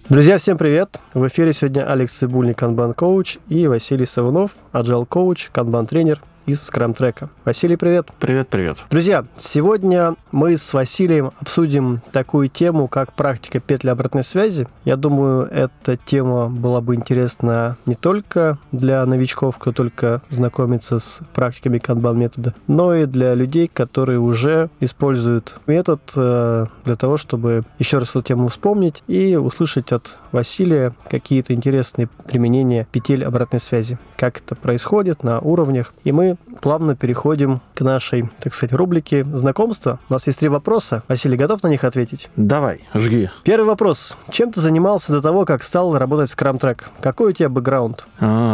Друзья, всем привет! В эфире сегодня Алекс Цибульник, Kanban-коуч, и Василий Савунов, Agile-коуч, Kanban-тренер из Scrum-трека. Василий, привет! Привет. Друзья, сегодня мы с Василием обсудим такую тему, как практика петли обратной связи. Я думаю, эта тема была бы интересна не только для новичков, кто только знакомится с практиками Kanban-метода, но и для людей, которые уже используют метод для того, чтобы еще раз эту тему вспомнить и услышать от Василия какие-то интересные применения петель обратной связи, как это происходит на уровнях. И мы плавно переходим к нашей, так сказать, рубрике знакомства. У нас есть 3 вопроса. Василий, готов на них ответить? Давай, жги. Первый вопрос. Чем ты занимался до того, как стал работать в Scrum-трек? Какой у тебя бэкграунд?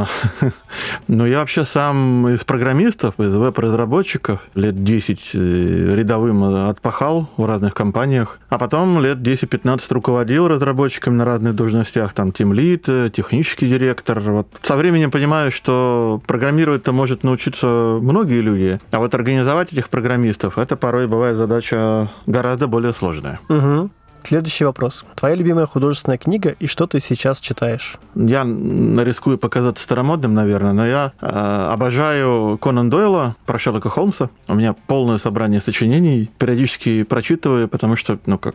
Ну, я вообще сам из программистов, из веб-разработчиков. Лет 10 рядовым отпахал в разных компаниях. А потом лет 10-15 руководил разработчиками на разных должностях. Там тимлид, технический директор. Вот. Со временем понимаю, что программировать-то может научиться многие люди. А вот организовать этих программистов, это порой бывает задача гораздо более сложная. Угу. Следующий вопрос. Твоя любимая художественная книга и что ты сейчас читаешь? Я рискую показаться старомодным, наверное, но я обожаю Конан Дойла про Шерлока Холмса. У меня полное собрание сочинений. Периодически прочитываю, потому что,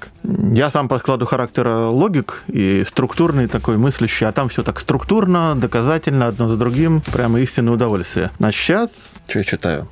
я сам по складу характера логик и структурный такой мыслящий, а там все так структурно, доказательно, одно за другим. Прямо истинное удовольствие. А сейчас... Что я читаю?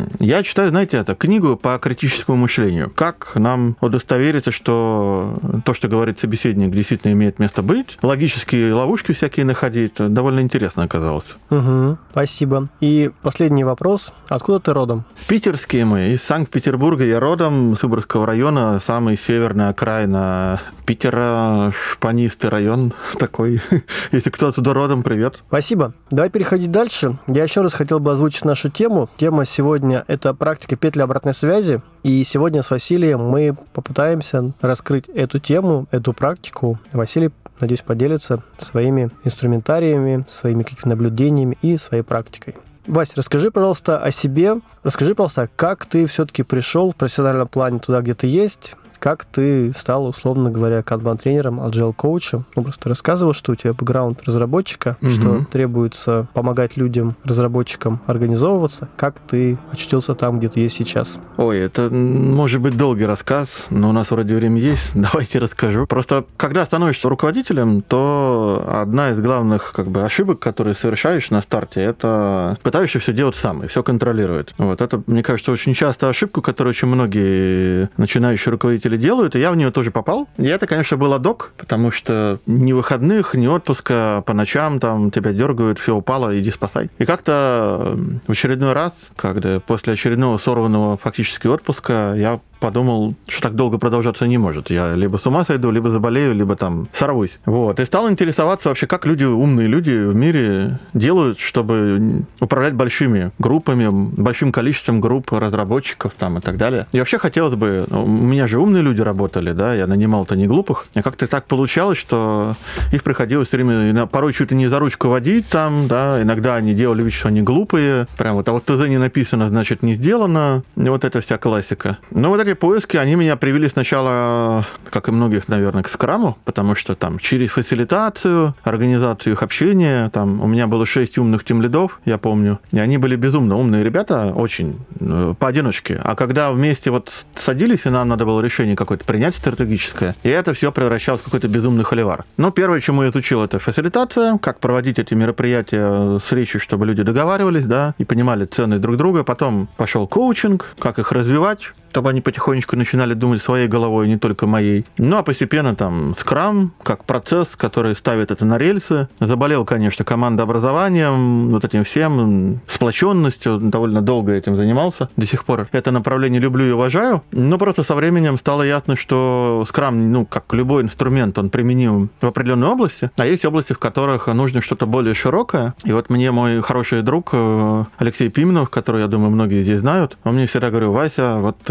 Я читаю, книгу по критическому мышлению. Как нам удостовериться, что то, что говорит собеседник, действительно имеет место быть. Логические ловушки всякие находить. Довольно интересно оказалось. Угу, спасибо. И последний вопрос. Откуда ты родом? Питерские мы. Из Санкт-Петербурга я родом, с Выборгского района, самый северная окраина Питера, шпанистый район такой. Если кто оттуда родом, привет. Спасибо. Давай переходить дальше. Я еще раз хотел бы озвучить нашу тему. Тема сегодня – это практика петли обратной связи. И сегодня с Василием мы попытаемся раскрыть эту тему, эту практику. Василий, надеюсь, поделится своими инструментариями, своими какими-то наблюдениями и своей практикой. Вась, расскажи, пожалуйста, о себе. Расскажи, пожалуйста, как ты все-таки пришел в профессиональном плане туда, где ты есть, как ты стал, условно говоря, Kanban-тренером, Agile-коучем. Просто рассказывал, что у тебя бэкграунд разработчика, что требуется помогать людям, разработчикам организовываться. Как ты очутился там, где ты есть сейчас? Ой, это может быть долгий рассказ, но у нас вроде время есть. Давайте расскажу. Просто, когда становишься руководителем, то одна из главных ошибок, которые совершаешь на старте, это пытаешься все делать сам и все контролировать. Вот это, мне кажется, очень часто ошибка, которую очень многие начинающие руководители делают, и я в нее тоже попал. И это, конечно, был адок, потому что ни выходных, ни отпуска по ночам там тебя дергают, все упало, иди спасай. И как-то в очередной раз, когда после очередного сорванного фактически отпуска, я подумал, что так долго продолжаться не может. Я либо с ума сойду, либо заболею, либо там сорвусь. Вот. И стал интересоваться вообще, как люди, умные люди в мире делают, чтобы управлять большими группами, большим количеством групп разработчиков там и так далее. И вообще хотелось бы... У меня же умные люди работали, да, я нанимал-то не глупых. И как-то так получалось, что их приходилось все время порой чуть ли не за ручку водить там, да, иногда они делали вид, что они глупые. Прям вот, а вот ТЗ не написано, значит, не сделано. И вот это вся классика. Но вот эти поиски, они меня привели сначала, как и многих, наверное, к скраму, потому что там через фасилитацию, организацию их общения, там у меня было 6 умных тимлидов, я помню, и они были безумно умные ребята, очень, поодиночке. А когда вместе вот садились, и нам надо было решение какое-то принять стратегическое, и это все превращалось в какой-то безумный холивар. Но первое, чему я изучил, это фасилитация, как проводить эти мероприятия с речью, чтобы люди договаривались, да, и понимали цены друг друга. Потом пошел коучинг, как их развивать, чтобы они потихонечку начинали думать своей головой, не только моей. Ну, а постепенно там скрам, как процесс, который ставит это на рельсы. Заболел, конечно, командообразованием, вот этим всем, сплоченностью, довольно долго этим занимался. До сих пор это направление люблю и уважаю, но просто со временем стало ясно, что скрам, как любой инструмент, он применим в определенной области, а есть области, в которых нужно что-то более широкое. И вот мне мой хороший друг Алексей Пименов, который, я думаю, многие здесь знают, он мне всегда говорил: Вася, вот ты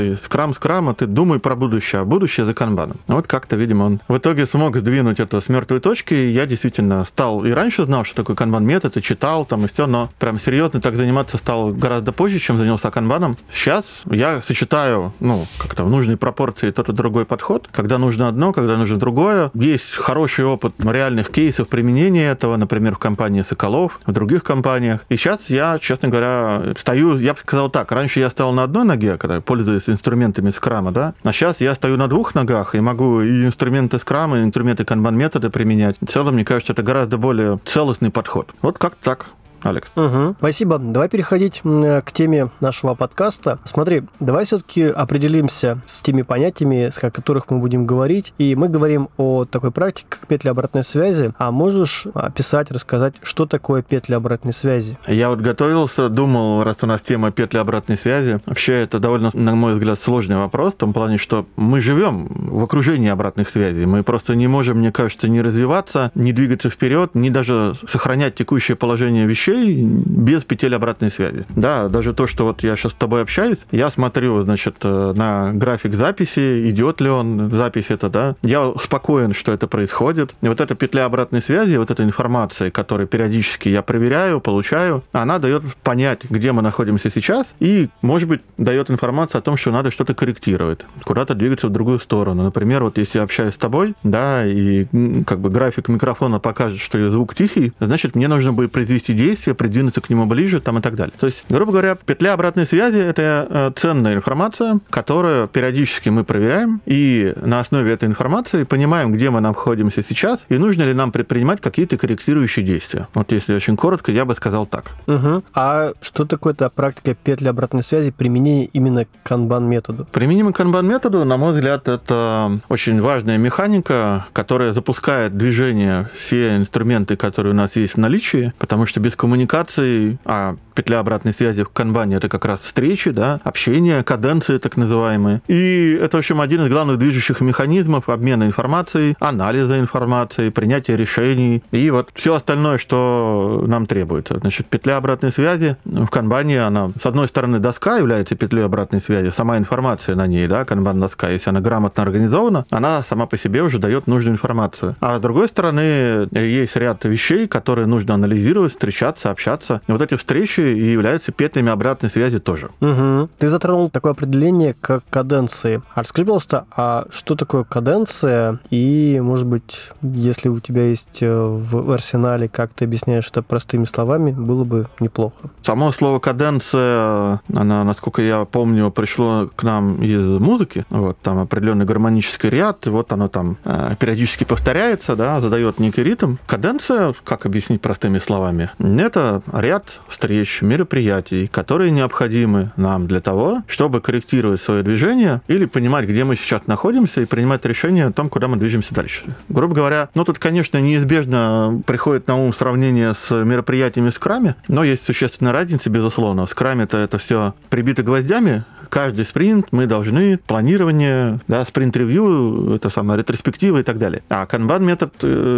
думай, скрам, ты думай про будущее, а будущее за канбаном. Вот как-то, видимо, он в итоге смог сдвинуть это с мертвой точки. Я действительно стал, и раньше знал, что такое канбан-метод, и читал там, и все, но прям серьезно так заниматься стал гораздо позже, чем занялся канбаном. Сейчас я сочетаю, как-то в нужной пропорции тот и другой подход, когда нужно одно, когда нужно другое. Есть хороший опыт реальных кейсов применения этого, например, в компании Соколов, в других компаниях. И сейчас я, честно говоря, стою, я бы сказал так, раньше я стоял на одной ноге, когда пользуюсь инструментами скрама, да, а сейчас я стою на двух ногах и могу и инструменты скрама, и инструменты канбан-метода применять. В целом, мне кажется, это гораздо более целостный подход. Вот как-то так. Алекс. Угу. Спасибо. Давай переходить к теме нашего подкаста. Смотри, давай все-таки определимся с теми понятиями, о которых мы будем говорить. И мы говорим о такой практике, как петля обратной связи. А можешь описать, рассказать, что такое петля обратной связи? Я вот готовился, думал, раз у нас тема петли обратной связи. Вообще, это довольно, на мой взгляд, сложный вопрос, в том плане, что мы живем в окружении обратных связей. Мы просто не можем, мне кажется, не развиваться, не двигаться вперед, не даже сохранять текущее положение вещей без петель обратной связи. Да, даже то, что вот я сейчас с тобой общаюсь, я смотрю, значит, на график записи, идет ли он, запись это, да, я спокоен, что это происходит. И вот эта петля обратной связи, вот эта информация, которую периодически я проверяю, получаю, она дает понять, где мы находимся сейчас, и, может быть, дает информацию о том, что надо что-то корректировать, куда-то двигаться в другую сторону. Например, вот если я общаюсь с тобой, да, и как бы график микрофона покажет, что звук тихий, значит, мне нужно будет произвести действие, придвинуться к нему ближе, там и так далее. То есть, грубо говоря, петля обратной связи — это ценная информация, которую периодически мы проверяем, и на основе этой информации понимаем, где мы находимся сейчас, и нужно ли нам предпринимать какие-то корректирующие действия. Вот если очень коротко, я бы сказал так. Угу. А что такое эта практика петли обратной связи, применение именно к канбан-методу? Применение к канбан-методу, на мой взгляд, это очень важная механика, которая запускает движение все инструменты, которые у нас есть в наличии, потому что без коммуникации, а петля обратной связи в канбане — это как раз встречи, да, общение, каденции так называемые. И это, в общем, один из главных движущих механизмов обмена информацией, анализа информации, принятия решений и вот все остальное, что нам требуется. Значит, петля обратной связи в канбане, она, с одной стороны, доска является петлей обратной связи, сама информация на ней, да, канбан-доска, если она грамотно организована, она сама по себе уже дает нужную информацию. А с другой стороны, есть ряд вещей, которые нужно анализировать, встречаться, общаться. И вот эти встречи и являются петлями обратной связи тоже. Угу. Ты затронул такое определение, как каденции. А расскажи, пожалуйста, а что такое каденция? И, может быть, если у тебя есть в арсенале, как ты объясняешь это простыми словами, было бы неплохо. Само слово каденция, она, насколько я помню, пришло к нам из музыки. Вот там определенный гармонический ряд, и вот оно там периодически повторяется, да, задает некий ритм. Каденция, как объяснить простыми словами, это ряд встреч, мероприятий, которые необходимы нам для того, чтобы корректировать свое движение или понимать, где мы сейчас находимся, и принимать решение о том, куда мы движемся дальше. Грубо говоря, тут, конечно, неизбежно приходит на ум сравнение с мероприятиями в скраме, но есть существенная разница, безусловно. В скраме-то это все прибито гвоздями. Каждый спринт мы должны, планирование, да, спринт-ревью, это самая ретроспектива и так далее. А канбан-метод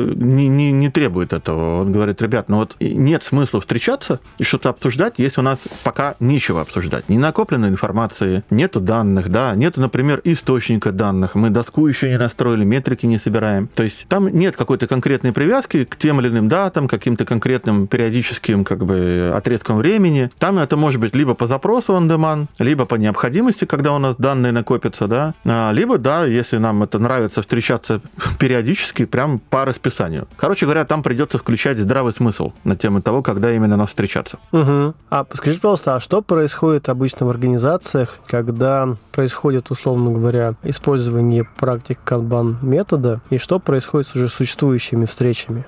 не требует этого. Он говорит, ребят, нет смысла встречаться и что-то обсуждать, если у нас пока нечего обсуждать. Не накоплено информации, нету данных, да, нету, например, источника данных. Мы доску еще не настроили, метрики не собираем. То есть там нет какой-то конкретной привязки к тем или иным датам, каким-то конкретным периодическим отрезкам времени. Там это может быть либо по запросу on demand, либо по необходимости, когда у нас данные накопятся, да, либо, да, если нам это нравится встречаться периодически, прям по расписанию. Короче говоря, там придется включать здравый смысл на тему того, когда именно нам встречаться. Угу. А скажи, пожалуйста, а что происходит обычно в организациях, когда происходит, условно говоря, использование практик канбан-метода, и что происходит с уже существующими встречами,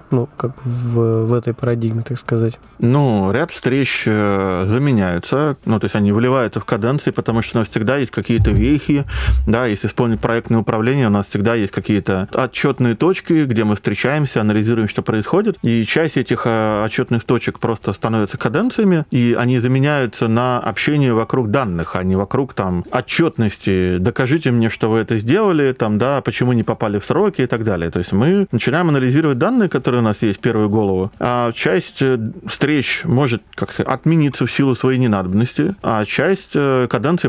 в этой парадигме, так сказать? Ряд встреч заменяются, то есть они выливаются в каденции, потому что у нас всегда есть какие-то вехи, да, если вспомнить проектное управление, у нас всегда есть какие-то отчетные точки, где мы встречаемся, анализируем, что происходит, и часть этих отчетных точек просто становятся каденциями, и они заменяются на общение вокруг данных, а не вокруг отчетности. Докажите мне, что вы это сделали, почему не попали в сроки и так далее. То есть мы начинаем анализировать данные, которые у нас есть в первую голову, а часть встреч может отмениться в силу своей ненадобности, а часть каденции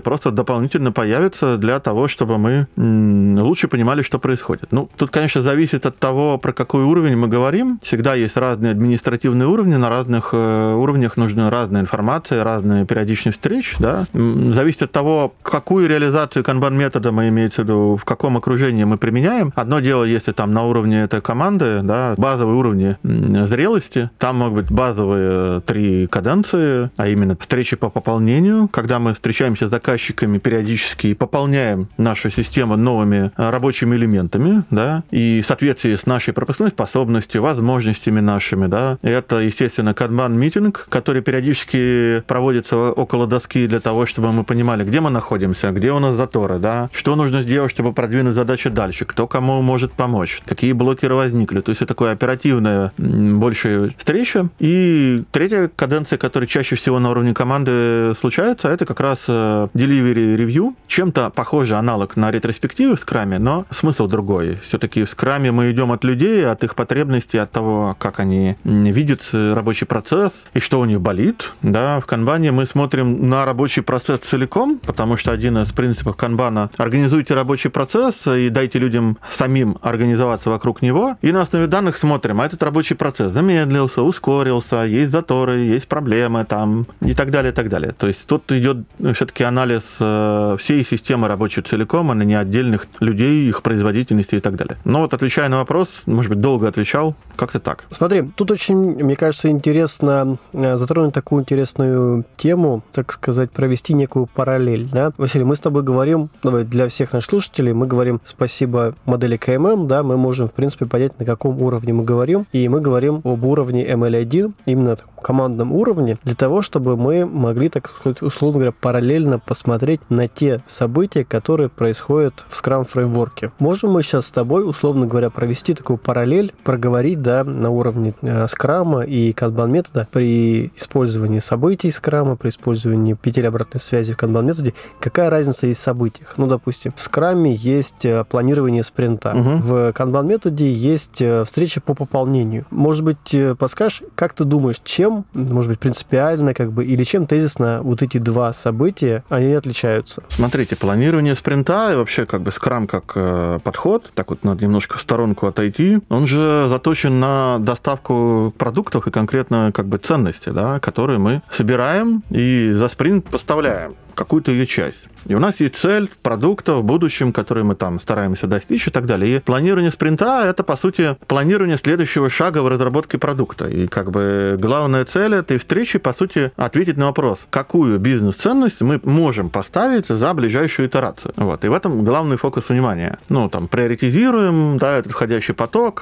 просто дополнительно появятся для того, чтобы мы лучше понимали, что происходит. Ну, тут, конечно, зависит от того, про какой уровень мы говорим. Всегда есть разные административные уровни, на разных уровнях нужна разная информация, разная периодичность встреч, да. Зависит от того, какую реализацию канбан-метода мы, имеется в виду, в каком окружении мы применяем. Одно дело, если там на уровне этой команды, да, базовые уровни зрелости, там могут быть базовые 3 каденции, а именно встречи по пополнению, когда мы встречаемся с заказчиками периодически и пополняем нашу систему новыми рабочими элементами, да, и в соответствии с нашей пропускной способностью, возможностями нашими, да. Это, естественно, канбан-митинг, который периодически проводится около доски для того, чтобы мы понимали, где мы находимся, где у нас заторы, да, что нужно сделать, чтобы продвинуть задачу дальше, кто кому может помочь, какие блокеры возникли. То есть это такое оперативная большая встреча. И третья каденция, которая чаще всего на уровне команды случается, это как раз delivery review. Чем-то похожий аналог на ретроспективы в скраме, но смысл другой. Все-таки в скраме мы идем от людей, от их потребностей, от того, как они видят рабочий процесс и что у них болит. Да, в канбане мы смотрим на рабочий процесс целиком, потому что один из принципов канбана — организуйте рабочий процесс и дайте людям самим организоваться вокруг него. И на основе данных смотрим, а этот рабочий процесс замедлился, ускорился, есть заторы, есть проблемы там и так далее, и так далее. То есть тут идет все-таки анализ всей системы рабочей целиком, а не отдельных людей, их производительности и так далее. Но вот отвечая на вопрос, может быть, долго отвечал, как-то так. Смотри, тут очень, мне кажется, интересно затронуть такую интересную тему, так сказать, провести некую параллель. Да? Василий, мы с тобой говорим, давай, для всех наших слушателей, мы говорим спасибо модели КММ, да, мы можем, в принципе, понять, на каком уровне мы говорим, и мы говорим об уровне ML1, именно командном уровне, для того, чтобы мы могли, так сказать, условно говоря, параллельно посмотреть на те события, которые происходят в Scrum-фреймворке. Можем мы сейчас с тобой, условно говоря, провести такую параллель, проговорить, да, на уровне Scrum и Kanban-метода при использовании событий Scrum, при использовании петель обратной связи в Kanban-методе, какая разница есть в событиях? Ну, допустим, в Scrum есть планирование спринта, в Kanban-методе есть встреча по пополнению. Может быть, подскажешь, как ты думаешь, чем, может быть, принципиально, как бы, или чем тезисно вот эти два события, они отличаются? Смотрите, планирование спринта и вообще как бы Scrum как подход, так вот надо немножко в сторонку отойти, он же заточен на доставку продуктов и конкретно как бы ценности, да, которые мы собираем и за спринт поставляем какую-то ее часть. И у нас есть цель продукта в будущем, который мы там стараемся достичь и так далее. И планирование спринта — это, по сути, планирование следующего шага в разработке продукта. И как бы главная цель этой встречи, по сути, ответить на вопрос, какую бизнес-ценность мы можем поставить за ближайшую итерацию. Вот. И в этом главный фокус внимания. Ну, там, приоритизируем, да, этот входящий поток,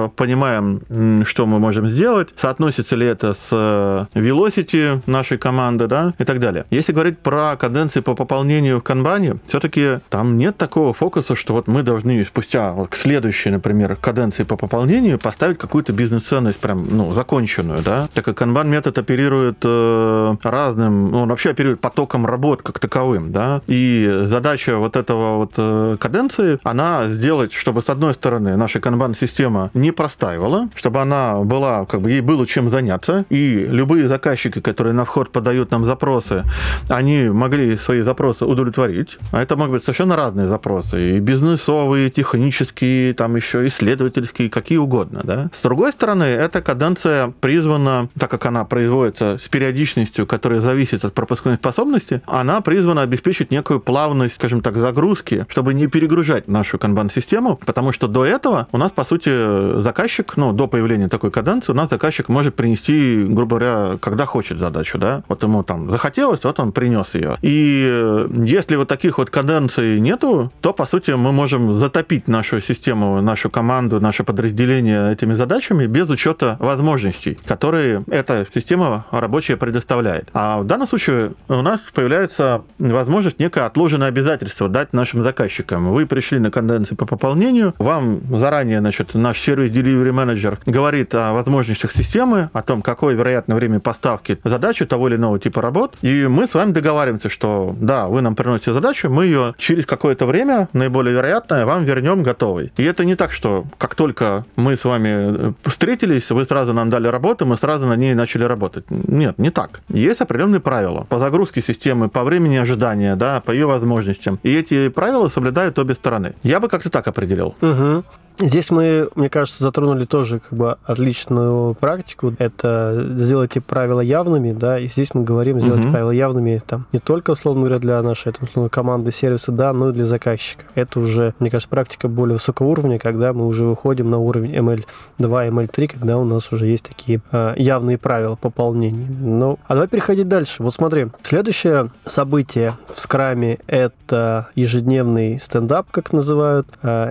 понимаем, что мы можем сделать, соотносится ли это с velocity нашей команды, да, и так далее. Если говорить про каденции по пополнению в канбане, все-таки там нет такого фокуса, что вот мы должны спустя вот к следующей, например, каденции по пополнению поставить какую-то бизнес-ценность прям, ну, законченную, да, так как канбан-метод оперирует разным, ну, он вообще оперирует потоком работ как таковым, да, и задача вот этого вот каденции, она сделать, чтобы с одной стороны наша канбан-система не простаивала, чтобы она была, как бы ей было чем заняться, и любые заказчики, которые на вход подают нам запросы, они могли свои запросы удовлетворить. А это могут быть совершенно разные запросы. И бизнесовые, и технические, там еще исследовательские, какие угодно. Да? С другой стороны, эта каденция призвана, так как она производится с периодичностью, которая зависит от пропускной способности, она призвана обеспечить некую плавность, скажем так, загрузки, чтобы не перегружать нашу канбан-систему, потому что до этого у нас, по сути, заказчик, ну, до появления такой каденции, у нас заказчик может принести, грубо говоря, когда хочет задачу. Да? Вот ему там захотелось, вот он принес ее. И если вот таких вот каденций нету, то, по сути, мы можем затопить нашу систему, нашу команду, наше подразделение этими задачами без учета возможностей, которые эта система рабочая предоставляет. А в данном случае у нас появляется возможность некое отложенное обязательство дать нашим заказчикам. Вы пришли на каденции по пополнению, вам заранее, значит, наш сервис Delivery Manager говорит о возможностях системы, о том, какое вероятное время поставки задачи того или иного типа работ, и мы с вами договариваемся, что да, вы нам приносите задачу, мы ее через какое-то время, наиболее вероятное, вам вернем готовой. И это не так, что как только мы с вами встретились, вы сразу нам дали работу, мы сразу на ней начали работать. Нет, не так. Есть определенные правила по загрузке системы, по времени ожидания, да, по ее возможностям. И эти правила соблюдают обе стороны. Я бы как-то так определил. Угу. Здесь мы, мне кажется, затронули тоже как бы отличную практику. Это сделать эти правила явными, да, и здесь мы говорим сделать правила явными там не только, условно говоря, для нашей там, условно, команды сервиса, да, но и для заказчика. Это уже, мне кажется, практика более высокого уровня, когда мы уже выходим на уровень ML2, ML3, когда у нас уже есть такие явные правила пополнения. Ну, а давай переходить дальше. Вот смотри, следующее событие в скраме — это ежедневный стендап, как называют,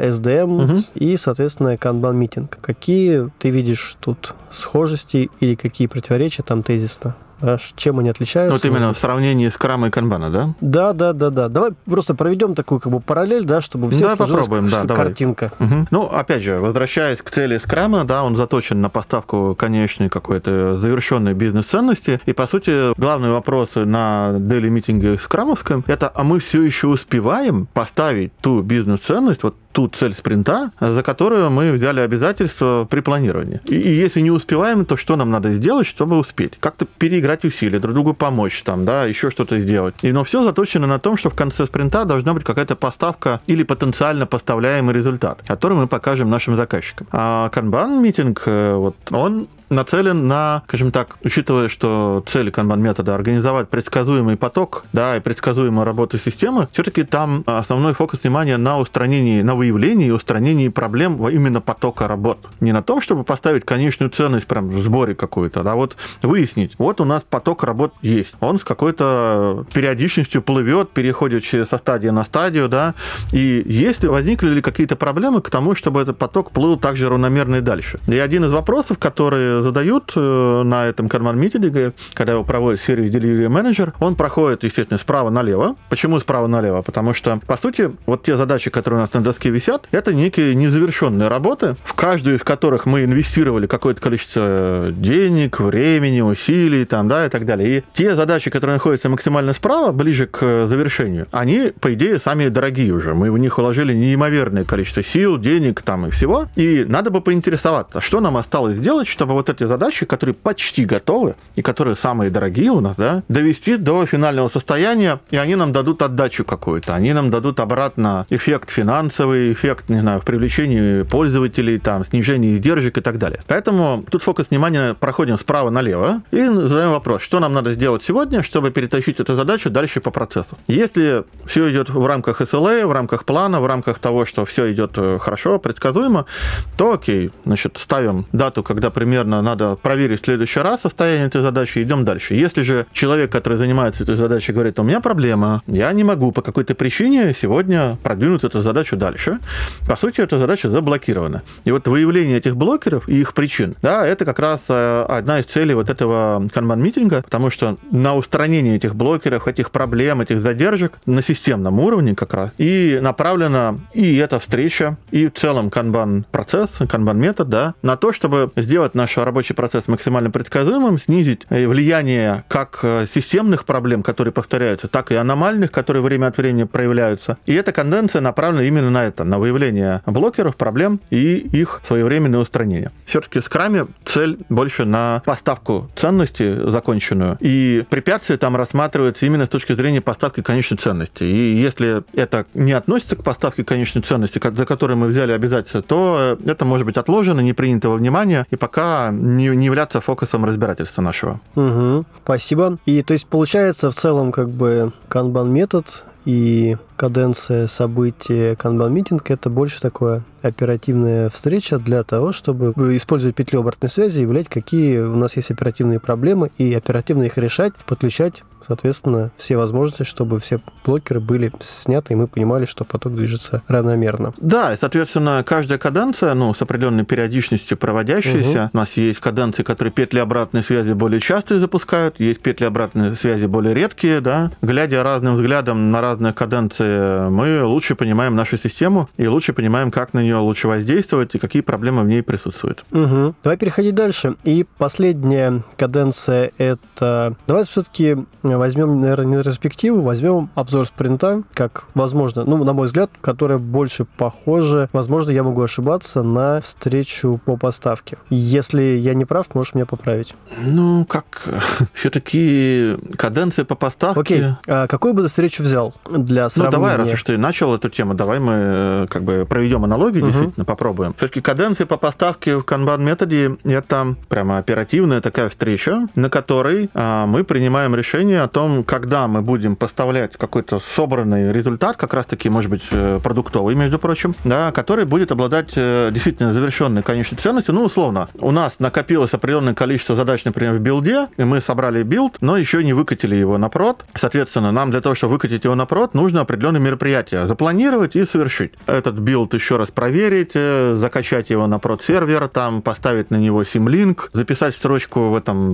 SDM, и, соответственно, канбан-митинг. Какие ты видишь тут схожести или какие противоречия там тезисно? Чем они отличаются? Вот именно в сравнении с Scrum и Kanban, да? Да. Давай просто проведем такую как бы параллель, да, чтобы у всех сложилась картинка. Угу. Ну, опять же, возвращаясь к цели Scrum, да, он заточен на поставку конечной какой-то завершенной бизнес-ценности. И, по сути, главные вопросы на дейли-митинге скрамовском — это, а мы все еще успеваем поставить ту бизнес-ценность, вот ту цель спринта, за которую мы взяли обязательства при планировании. И если не успеваем, то что нам надо сделать, чтобы успеть? Как-то переиграть усилия, друг другу помочь, там, да, еще что-то сделать. Но все заточено на том, что в конце спринта должна быть какая-то поставка или потенциально поставляемый результат, который мы покажем нашим заказчикам. А канбан-митинг, вот, он нацелен на, скажем так, учитывая, что цель канбан-метода — организовать предсказуемый поток, да, и предсказуемую работу системы, все-таки там основной фокус внимания на устранении, на выявлении и устранении проблем именно потока работ. Не на том, чтобы поставить конечную ценность прям в сборе какую-то, а вот выяснить, вот у нас поток работ есть, он с какой-то периодичностью плывет, переходит со стадии на стадию, да, и если возникли ли какие-то проблемы к тому, чтобы этот поток плыл также равномерно и дальше. И один из вопросов, которые задают на этом канбан-митинге, когда его проводит Service Delivery Manager, он проходит, естественно, справа налево. Почему справа налево? Потому что, по сути, вот те задачи, которые у нас на доске висят, это некие незавершенные работы, в каждую из которых мы инвестировали какое-то количество денег, времени, усилий, там, да, и так далее. И те задачи, которые находятся максимально справа, ближе к завершению, они, по идее, сами дорогие уже. Мы в них вложили неимоверное количество сил, денег там и всего. И надо бы поинтересоваться, что нам осталось сделать, чтобы вот эти задачи, которые почти готовы и которые самые дорогие у нас, да, довести до финального состояния, и они нам дадут отдачу какую-то, они нам дадут обратно эффект финансовый, эффект, не знаю, в привлечении пользователей, там, снижении издержек и так далее. Поэтому тут фокус внимания проходим справа налево и задаем вопрос, что нам надо сделать сегодня, чтобы перетащить эту задачу дальше по процессу. Если все идет в рамках SLA, в рамках плана, в рамках того, что все идет хорошо, предсказуемо, то окей, значит, ставим дату, когда примерно надо проверить в следующий раз состояние этой задачи, идем дальше. Если же человек, который занимается этой задачей, говорит, у меня проблема, я не могу по какой-то причине сегодня продвинуть эту задачу дальше, по сути, эта задача заблокирована. И вот выявление этих блокеров и их причин, да, это как раз одна из целей вот этого канбан-митинга, потому что на устранение этих блокеров, этих проблем, этих задержек на системном уровне как раз и направлена и эта встреча, и в целом канбан-процесс, канбан-метод, да, на то, чтобы сделать наш рабочий процесс максимально предсказуемым, снизить влияние как системных проблем, которые повторяются, так и аномальных, которые время от времени проявляются. И эта конденция направлена именно на это, на выявление блокеров, проблем и их своевременное устранение. Все-таки в скраме цель больше на поставку ценности законченную, и препятствия там рассматриваются именно с точки зрения поставки конечной ценности. И если это не относится к поставке конечной ценности, за которой мы взяли обязательства, то это может быть отложено, не принято во внимание, и пока не являться фокусом разбирательства нашего. Угу, спасибо. И то есть получается в целом как бы канбан-метод и каденция событий канбан-митинг — это больше такое оперативная встреча для того, чтобы использовать петлю обратной связи и выявлять, какие у нас есть оперативные проблемы, и оперативно их решать, подключать, соответственно, все возможности, чтобы все блокеры были сняты, и мы понимали, что поток движется равномерно. Да, и, соответственно, каждая каденция, с определенной периодичностью проводящаяся. У нас есть каденции, которые петли обратной связи более часто запускают, есть петли обратной связи более редкие, да. Глядя разным взглядом на разные каденции, мы лучше понимаем нашу систему и лучше понимаем, как на нее лучше воздействовать и какие проблемы в ней присутствуют. Давай переходить дальше. И последняя каденция — это... Давай все-таки возьмем, наверное, не ретроспективу, возьмем обзор спринта, как, возможно, на мой взгляд, которая больше похожа, возможно, я могу ошибаться, на встречу по поставке. Если я не прав, можешь меня поправить. Все-таки каденция по поставке... Окей, а какую бы ты встречу взял для сравнения? Давай, раз уж ты начал эту тему, давай мы проведем аналогию, действительно, попробуем. Все-таки каденция по поставке в канбан-методе — это прямо оперативная такая встреча, на которой мы принимаем решение о том, когда мы будем поставлять какой-то собранный результат, как раз-таки, может быть, продуктовый, между прочим, да, который будет обладать действительно завершенной конечной ценностью. Условно, у нас накопилось определенное количество задач, например, в билде, и мы собрали билд, но еще не выкатили его на прод. Соответственно, нам для того, чтобы выкатить его на прод, нужно определенные мероприятия запланировать и совершить. Этот билд еще раз проверить, закачать его на прод-сервер, там поставить на него симлинк, записать строчку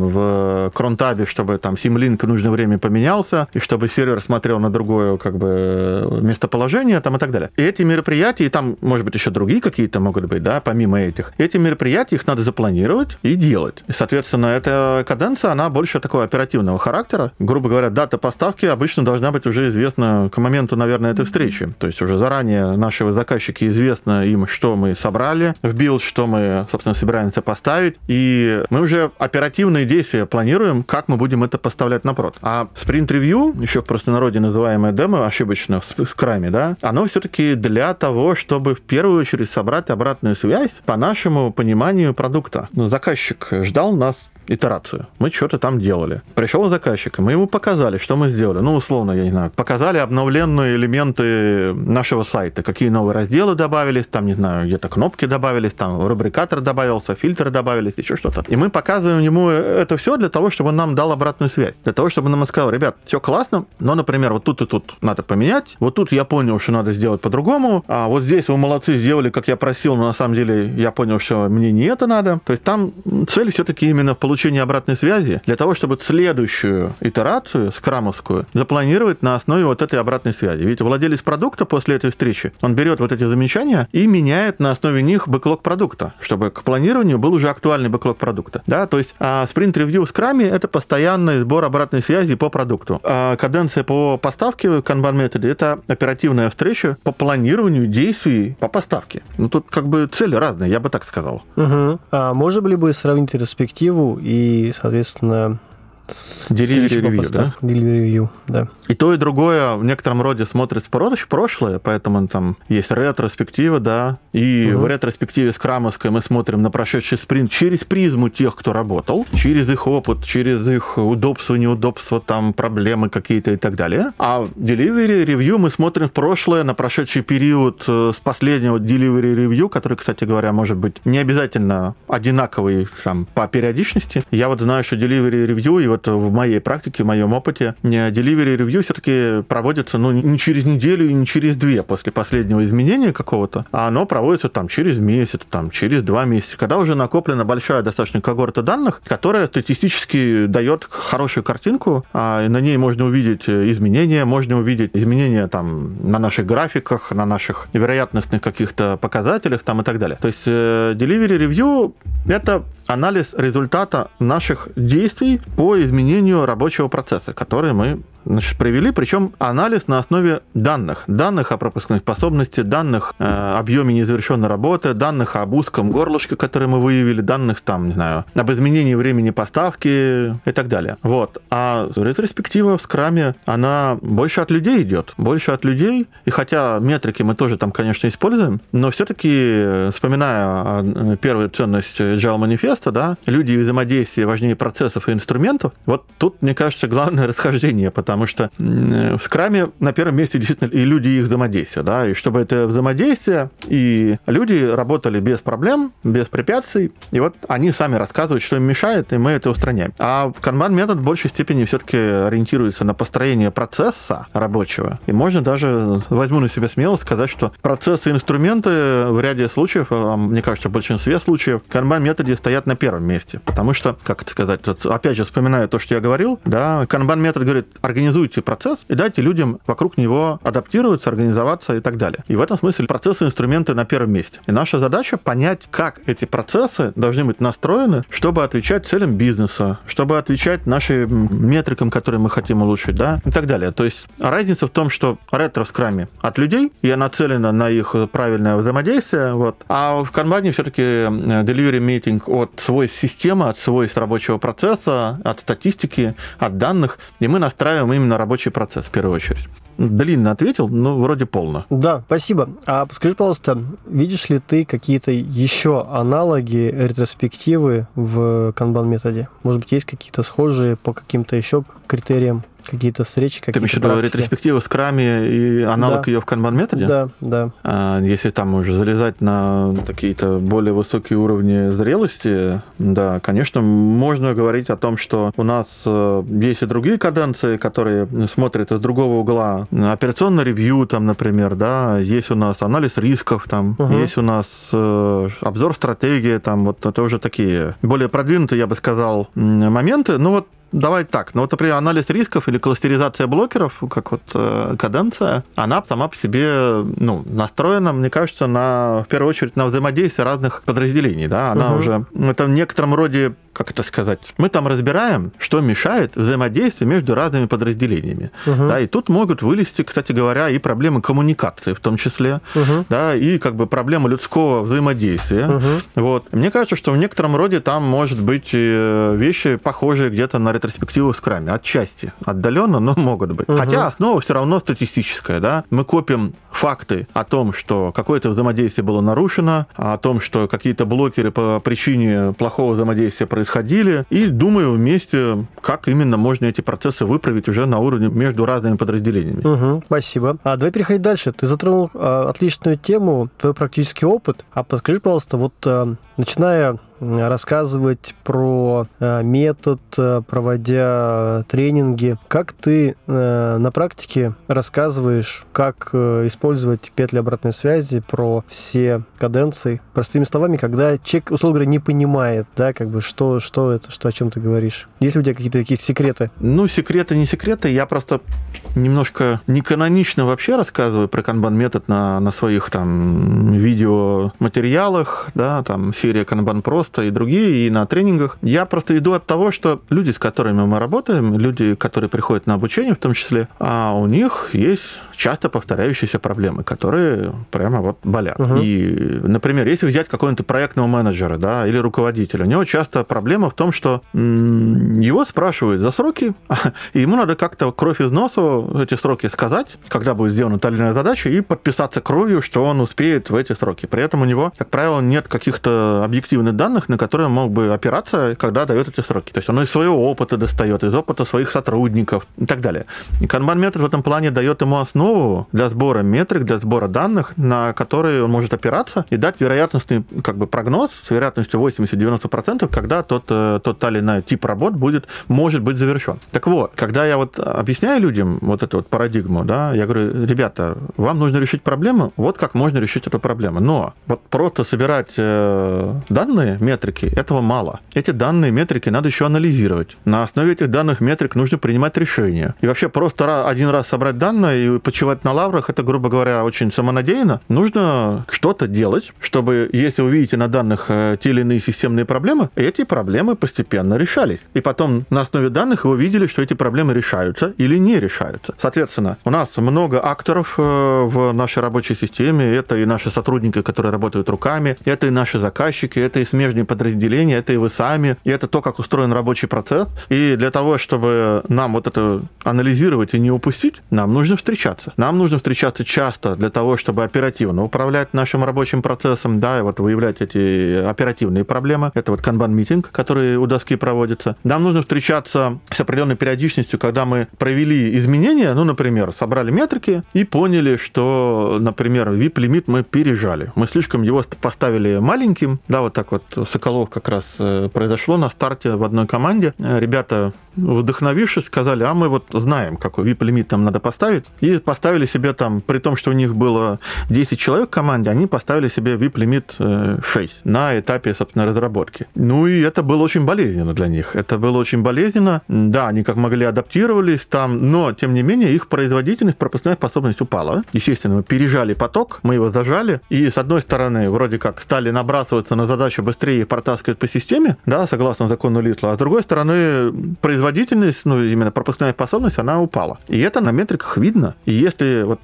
в кронтабе, чтобы там симлинк в нужное время поменялся, и чтобы сервер смотрел на другое местоположение там, и так далее. И эти мероприятия, и там, может быть, еще другие какие-то могут быть, да, помимо этих. Эти мероприятия, их надо запланировать и делать. И, соответственно, эта каденция, она больше такого оперативного характера. Грубо говоря, дата поставки обычно должна быть уже известна к моменту, наверное, этой встречи. То есть уже заранее наши заказчики известно им, что мы собрали в билд, что мы, собственно, собираемся поставить. И мы уже оперативные действия планируем, как мы будем это поставлять на прод. А спринт-ревью, еще в простонародье называемое демо, ошибочно, в скраме, да, оно все-таки для того, чтобы в первую очередь собрать обратную связь по нашему пониманию продукта. Заказчик ждал нас итерацию. Мы что-то там делали. Пришел заказчик, и мы ему показали, что мы сделали. Условно, я не знаю, показали обновленные элементы нашего сайта, какие новые разделы добавились, там, не знаю, где-то кнопки добавились, там, рубрикатор добавился, фильтры добавились, еще что-то. И мы показываем ему это все для того, чтобы он нам дал обратную связь. Для того, чтобы он нам сказал: ребят, все классно, но, например, вот тут и тут надо поменять, вот тут я понял, что надо сделать по-другому, а вот здесь вы молодцы, сделали, как я просил, но на самом деле я понял, что мне не это надо. То есть там цель все-таки именно в получении обратной связи, для того, чтобы следующую итерацию, скрамовскую, запланировать на основе вот этой обратной связи. Ведь владелец продукта после этой встречи, он берет вот эти замечания и меняет на основе них бэклог продукта, чтобы к планированию был уже актуальный бэклог продукта. Да? То есть спринт-ревью в скраме — это постоянный сбор обратной связи по продукту. А каденция по поставке в канбан-методе — это оперативная встреча по планированию действий по поставке. Тут цели разные, я бы так сказал. Угу. А можно ли бы сравнить перспективу и, соответственно, Delivery review, да? Delivery review, да. И то, и другое в некотором роде смотрит в прошлое, поэтому там есть ретроспектива, да, и в ретроспективе скрамовской мы смотрим на прошедший спринт через призму тех, кто работал, через их опыт, через их удобство, неудобство, там, проблемы какие-то и так далее. А в Delivery review мы смотрим в прошлое, на прошедший период с последнего Delivery review, который, кстати говоря, может быть не обязательно одинаковый там, по периодичности. Я знаю, что Delivery review, и в моей практике, в моем опыте, Delivery review все-таки проводится, не через неделю и не через 2 после последнего изменения какого-то, а оно проводится там через месяц, там через 2 месяца, когда уже накоплена большая достаточно когорта данных, которая статистически дает хорошую картинку, и на ней можно увидеть изменения, можно увидеть изменения там на наших графиках, на наших вероятностных каких-то показателях там и так далее. То есть Delivery review — это анализ результата наших действий по изменению рабочего процесса, который мы провели, причем анализ на основе данных о пропускной способности, данных о объеме незавершенной работы, данных об узком горлышке, которое мы выявили, данных там, не знаю, об изменении времени поставки и так далее. А ретроспектива в скраме, она больше от людей идет, и хотя метрики мы тоже там, конечно, используем, но все-таки, вспоминая первую ценность Agile манифеста, да, люди и взаимодействие важнее процессов и инструментов, тут, мне кажется, главное расхождение, потому что в скраме на первом месте действительно и люди, и их взаимодействие, да, и чтобы это взаимодействие, и люди работали без проблем, без препятствий, и они сами рассказывают, что им мешает, и мы это устраняем. А канбан-метод в большей степени все-таки ориентируется на построение процесса рабочего, и можно даже, возьму на себя смело сказать, что процессы и инструменты в ряде случаев, мне кажется, в большинстве случаев, в канбан-методе стоят на первом месте, потому что, как это сказать, опять же, вспоминая то, что я говорил, да, канбан-метод говорит, организация организуйте процесс и дайте людям вокруг него адаптироваться, организоваться и так далее. И в этом смысле процессы и инструменты на первом месте. И наша задача понять, как эти процессы должны быть настроены, чтобы отвечать целям бизнеса, чтобы отвечать нашим метрикам, которые мы хотим улучшить, да, и так далее. То есть разница в том, что ретро в скраме от людей, и нацелена на их правильное взаимодействие, вот, а в канбане все-таки delivery meeting от свойств системы, от свойств рабочего процесса, от статистики, от данных, и мы настраиваем именно рабочий процесс в первую очередь. Длинно ответил, но вроде полно. Да, спасибо. А скажи, пожалуйста, видишь ли ты какие-то еще аналоги, ретроспективы в канбан-методе? Может быть, есть какие-то схожие по каким-то еще критериям? Какие-то встречи, какие-то практики? Ты имеешь в виду ретроспектива в скраме и аналог ее в канбан-методе? Да, да. Если там уже залезать на какие-то более высокие уровни зрелости, да, конечно, можно говорить о том, что у нас есть и другие каденции, которые смотрят из другого угла. Операционный ревью, там, например, да, есть у нас анализ рисков, там, есть у нас обзор стратегии, там, вот это уже такие более продвинутые, я бы сказал, моменты. Ну вот, давай так. Ну вот, например, анализ рисков или кластеризация блокеров, как вот каденция, она сама по себе, ну, настроена, мне кажется, в первую очередь на взаимодействие разных подразделений, да, она уже, это в некотором роде, как это сказать, мы там разбираем, что мешает взаимодействию между разными подразделениями, да, и тут могут вылезти, кстати говоря, и проблемы коммуникации в том числе, да, и как бы проблемы людского взаимодействия, вот. Мне кажется, что в некотором роде там может быть вещи, похожие где-то на ретроспективу в скраме, отчасти, отдаленно, но могут быть. Хотя основа все равно статистическая, да, мы копим факты о том, что какое-то взаимодействие было нарушено, о том, что какие-то блокеры по причине плохого взаимодействия происходили, и думаю вместе, как именно можно эти процессы выправить уже на уровне между разными подразделениями. Спасибо. Давай переходить дальше. Ты затронул отличную тему, твой практический опыт. А подскажи, пожалуйста, вот начиная рассказывать про метод, проводя тренинги. Как ты на практике рассказываешь, как использовать петли обратной связи, про все каденции? Простыми словами, когда человек, условно говоря, не понимает, да, как бы, что это, о чем ты говоришь. Есть ли у тебя какие-то такие секреты? Ну, секреты, не секреты. Я просто немножко неканонично вообще рассказываю про канбан-метод на своих там видеоматериалах, да, там серия Kanban просто и другие, и на тренингах. Я просто иду от того, что люди, с которыми мы работаем, люди, которые приходят на обучение в том числе, у них есть часто повторяющиеся проблемы, которые прямо вот болят. И, например, если взять какого-нибудь проектного менеджера, да, или руководителя, у него часто проблема в том, что его спрашивают за сроки, и ему надо как-то кровь из носа эти сроки сказать, когда будет сделана та или иная задача, и подписаться кровью, что он успеет в эти сроки. При этом у него, как правило, нет каких-то объективных данных, на которые он мог бы опираться, когда дает эти сроки. То есть он из своего опыта достает, из опыта своих сотрудников и так далее. И канбан-метод в этом плане дает ему основу для сбора метрик, для сбора данных, на которые он может опираться и дать вероятностный как бы прогноз с вероятностью 80-90%, когда тот или иной тип работ может быть завершен. Так вот, когда я вот объясняю людям вот эту вот парадигму, да, я говорю, ребята, вам нужно решить проблему, вот как можно решить эту проблему. Но вот просто собирать данные, метрики, этого мало. Эти данные, метрики надо еще анализировать. На основе этих данных, метрик нужно принимать решения. И вообще просто один раз собрать данные и почивать на лаврах, это, грубо говоря, очень самонадеянно. Нужно что-то делать, чтобы, если вы видите на данных те или иные системные проблемы, эти проблемы постепенно решались. И потом на основе данных вы видели, что эти проблемы решаются или не решаются. Соответственно, у нас много акторов в нашей рабочей системе. Это и наши сотрудники, которые работают руками, это и наши заказчики, это и смежные подразделения, это и вы сами, и это то, как устроен рабочий процесс. И для того, чтобы нам вот это анализировать и не упустить, нам нужно встречаться. Нам нужно встречаться часто для того, чтобы оперативно управлять нашим рабочим процессом, да, и вот выявлять эти оперативные проблемы. Это вот канбан-митинг, который у доски проводится. Нам нужно встречаться с определенной периодичностью, когда мы провели изменения, ну, например, собрали метрики и поняли, что, например, VIP-лимит мы пережали. Мы слишком его поставили маленьким, да, вот так вот Соколов как раз произошло на старте в одной команде. Ребята вдохновившись, сказали, а мы вот знаем, какой VIP-лимит там надо поставить, и поставили себе там, при том, что у них было 10 человек в команде, они поставили себе VIP-лимит 6 на этапе, собственно, разработки. Ну и это было очень болезненно для них. Это было очень болезненно. Да, они как могли адаптировались там, но, тем не менее, их производительность, пропускная способность упала. Естественно, мы пережали поток, мы его зажали, и, с одной стороны, вроде как стали набрасываться на задачу быстрее протаскивать по системе, да, согласно закону Литла, а с другой стороны, производительность, ну, именно пропускная способность, она упала. И это на метриках видно. И если вот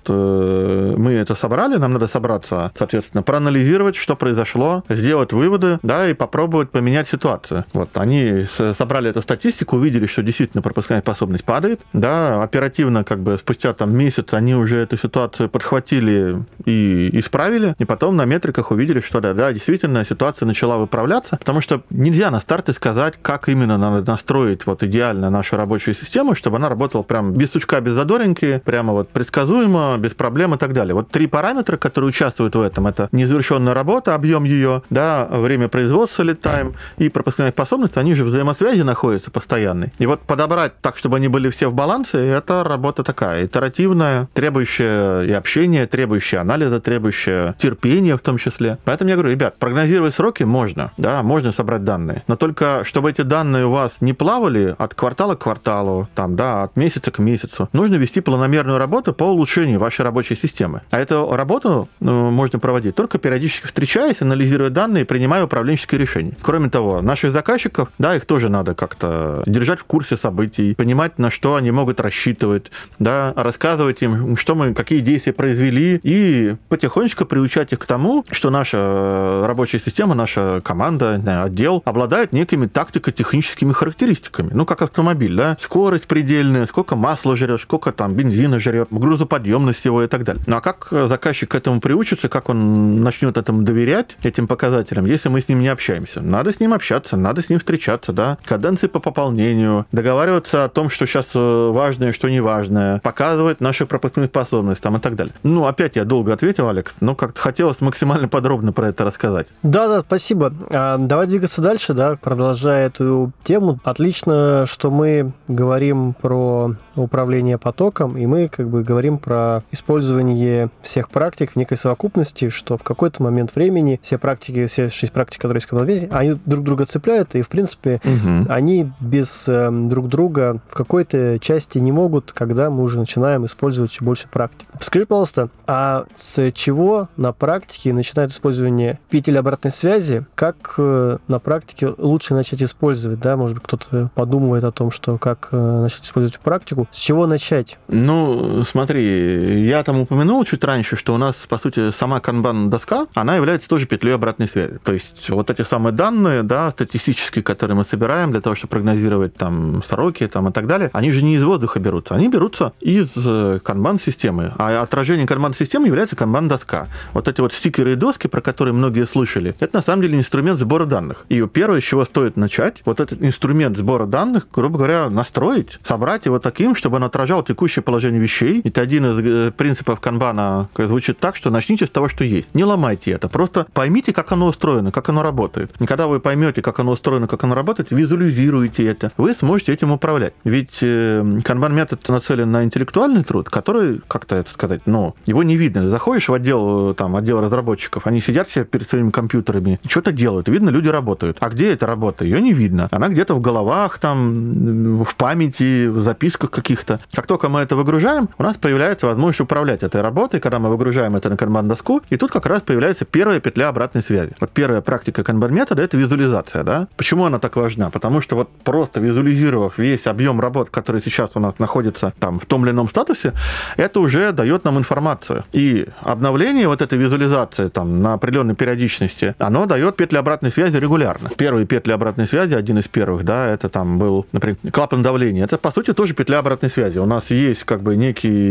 мы это собрали, нам надо собраться, соответственно, проанализировать, что произошло, сделать выводы, да, и попробовать поменять ситуацию. Вот они собрали эту статистику, увидели, что действительно пропускная способность падает, да, оперативно, как бы спустя там месяц они уже эту ситуацию подхватили и исправили, и потом на метриках увидели, что да, действительно ситуация начала выправляться, потому что нельзя на старте сказать, как именно надо настроить вот идеально нашу рабочую систему, чтобы она работала прям без сучка, без задоринки, прямо вот предсказуемо, без проблем и так далее. Вот 3 параметра, которые участвуют в этом, это незавершенная работа, объем ее, да, время производства, lead time и пропускная способность, они же в взаимосвязи находятся постоянной. И вот подобрать так, чтобы они были все в балансе, это работа такая, итеративная, требующая и общения, требующая анализа, требующая терпения в том числе. Поэтому я говорю, ребят, прогнозировать сроки можно, да, можно собрать данные, но только чтобы эти данные у вас не плавали от квартала к кварталу, там, да, от месяца к месяцу, нужно вести планомерную работу по улучшению вашей рабочей системы. А эту работу можно проводить только периодически встречаясь, анализируя данные и принимая управленческие решения. Кроме того, наших заказчиков, да, их тоже надо как-то держать в курсе событий, понимать, на что они могут рассчитывать, да, рассказывать им, что мы, какие действия произвели, и потихонечку приучать их к тому, что наша рабочая система, наша команда, отдел обладает некими тактико-техническими характеристиками. Ну, как автомобиль, да, скорость предельная, сколько масла жрет, сколько там бензина жрет, грузоподъемность его и так далее. Ну, а как заказчик к этому приучится, как он начнет этому доверять, этим показателям, если мы с ним не общаемся? Надо с ним общаться, надо с ним встречаться, да, каденции по пополнению, договариваться о том, что сейчас важное, что не важное, показывать нашу пропускную способность там и так далее. Ну, опять я долго ответил, Алекс, но как-то хотелось максимально подробно про это рассказать. Да, спасибо. Давай двигаться дальше, да, продолжая эту тему. Отлично, что мы говорим про управление потоком, и мы как бы говорим про использование всех практик в некой совокупности, что в какой-то момент времени все практики, все 6 практик, которые есть в команде, они друг друга цепляют, и, в принципе, они без друг друга в какой-то части не могут, когда мы уже начинаем использовать все больше практик. Скажи, пожалуйста, а с чего на практике начинает использование петель обратной связи? Как на практике лучше начать использовать? Да? Может быть, кто-то подумывает о том, что как начать использовать практику. С чего начать? Ну, смотри, я там упомянул чуть раньше, что у нас, по сути, сама канбан-доска, она является тоже петлей обратной связи. То есть вот эти самые данные, да, статистические, которые мы собираем для того, чтобы прогнозировать там сроки там, и так далее, они же не из воздуха берутся, они берутся из канбан-системы. А отражением канбан-системы является канбан-доска. Вот эти вот стикеры и доски, про которые многие слышали, это на самом деле инструмент сбора данных. И первое, с чего стоит начать, вот этот инструмент сбора данных, грубо говоря, настроить, собрать его таким, чтобы он отражал текущее положение вещей. Это один из принципов канбана, звучит так, что начните с того, что есть. Не ломайте это, просто поймите, как оно устроено, как оно работает. И когда вы поймете, как оно устроено, как оно работает, визуализируете это, вы сможете этим управлять. Ведь канбан-метод нацелен на интеллектуальный труд, который, как-то это сказать, но его не видно. Заходишь в отдел разработчиков, они сидят все перед своими компьютерами, что-то делают, видно, люди работают. А где эта работа? Ее не видно. Она где-то в головах, там, в памяти, в записках каких-то. Как только мы это выгружаем, у нас появляется возможность управлять этой работой, когда мы выгружаем это на канбан-доску, и тут как раз появляется первая петля обратной связи. Вот первая практика канбан-метода — это визуализация, да? Почему она так важна? Потому что вот просто визуализировав весь объем работ, который сейчас у нас находится там в том или ином статусе, это уже дает нам информацию. И обновление вот этой визуализации там на определенной периодичности, оно дает петли обратной связи регулярно. Первые петли обратной связи, один из первых, да, это там был, например, клапан давления. Это, по сути, тоже петля обратной связи. У нас есть как бы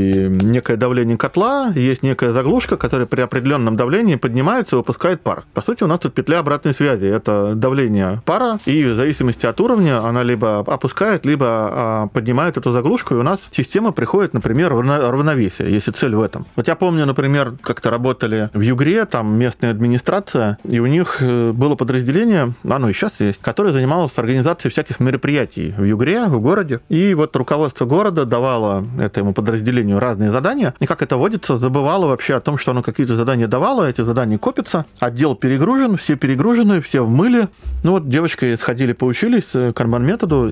некое давление котла, есть некая заглушка, которая при определенном давлении поднимается и выпускает пар. По сути, у нас тут петля обратной связи. Это давление пара, и в зависимости от уровня она либо опускает, либо поднимает эту заглушку, и у нас система приходит, например, в равновесие, если цель в этом. Вот я помню, например, как-то работали в Югре, там местная администрация, и у них было подразделение, оно и сейчас есть, которое занималось организацией всяких мероприятий в Югре, в городе. И вот руководство города давало этому подразделению разные задания. И как это водится, забывало вообще о том, что оно какие-то задания давало. Эти задания копятся. Отдел перегружен, все перегружены, все в мыле. Ну вот девочки сходили, поучились канбан-методу.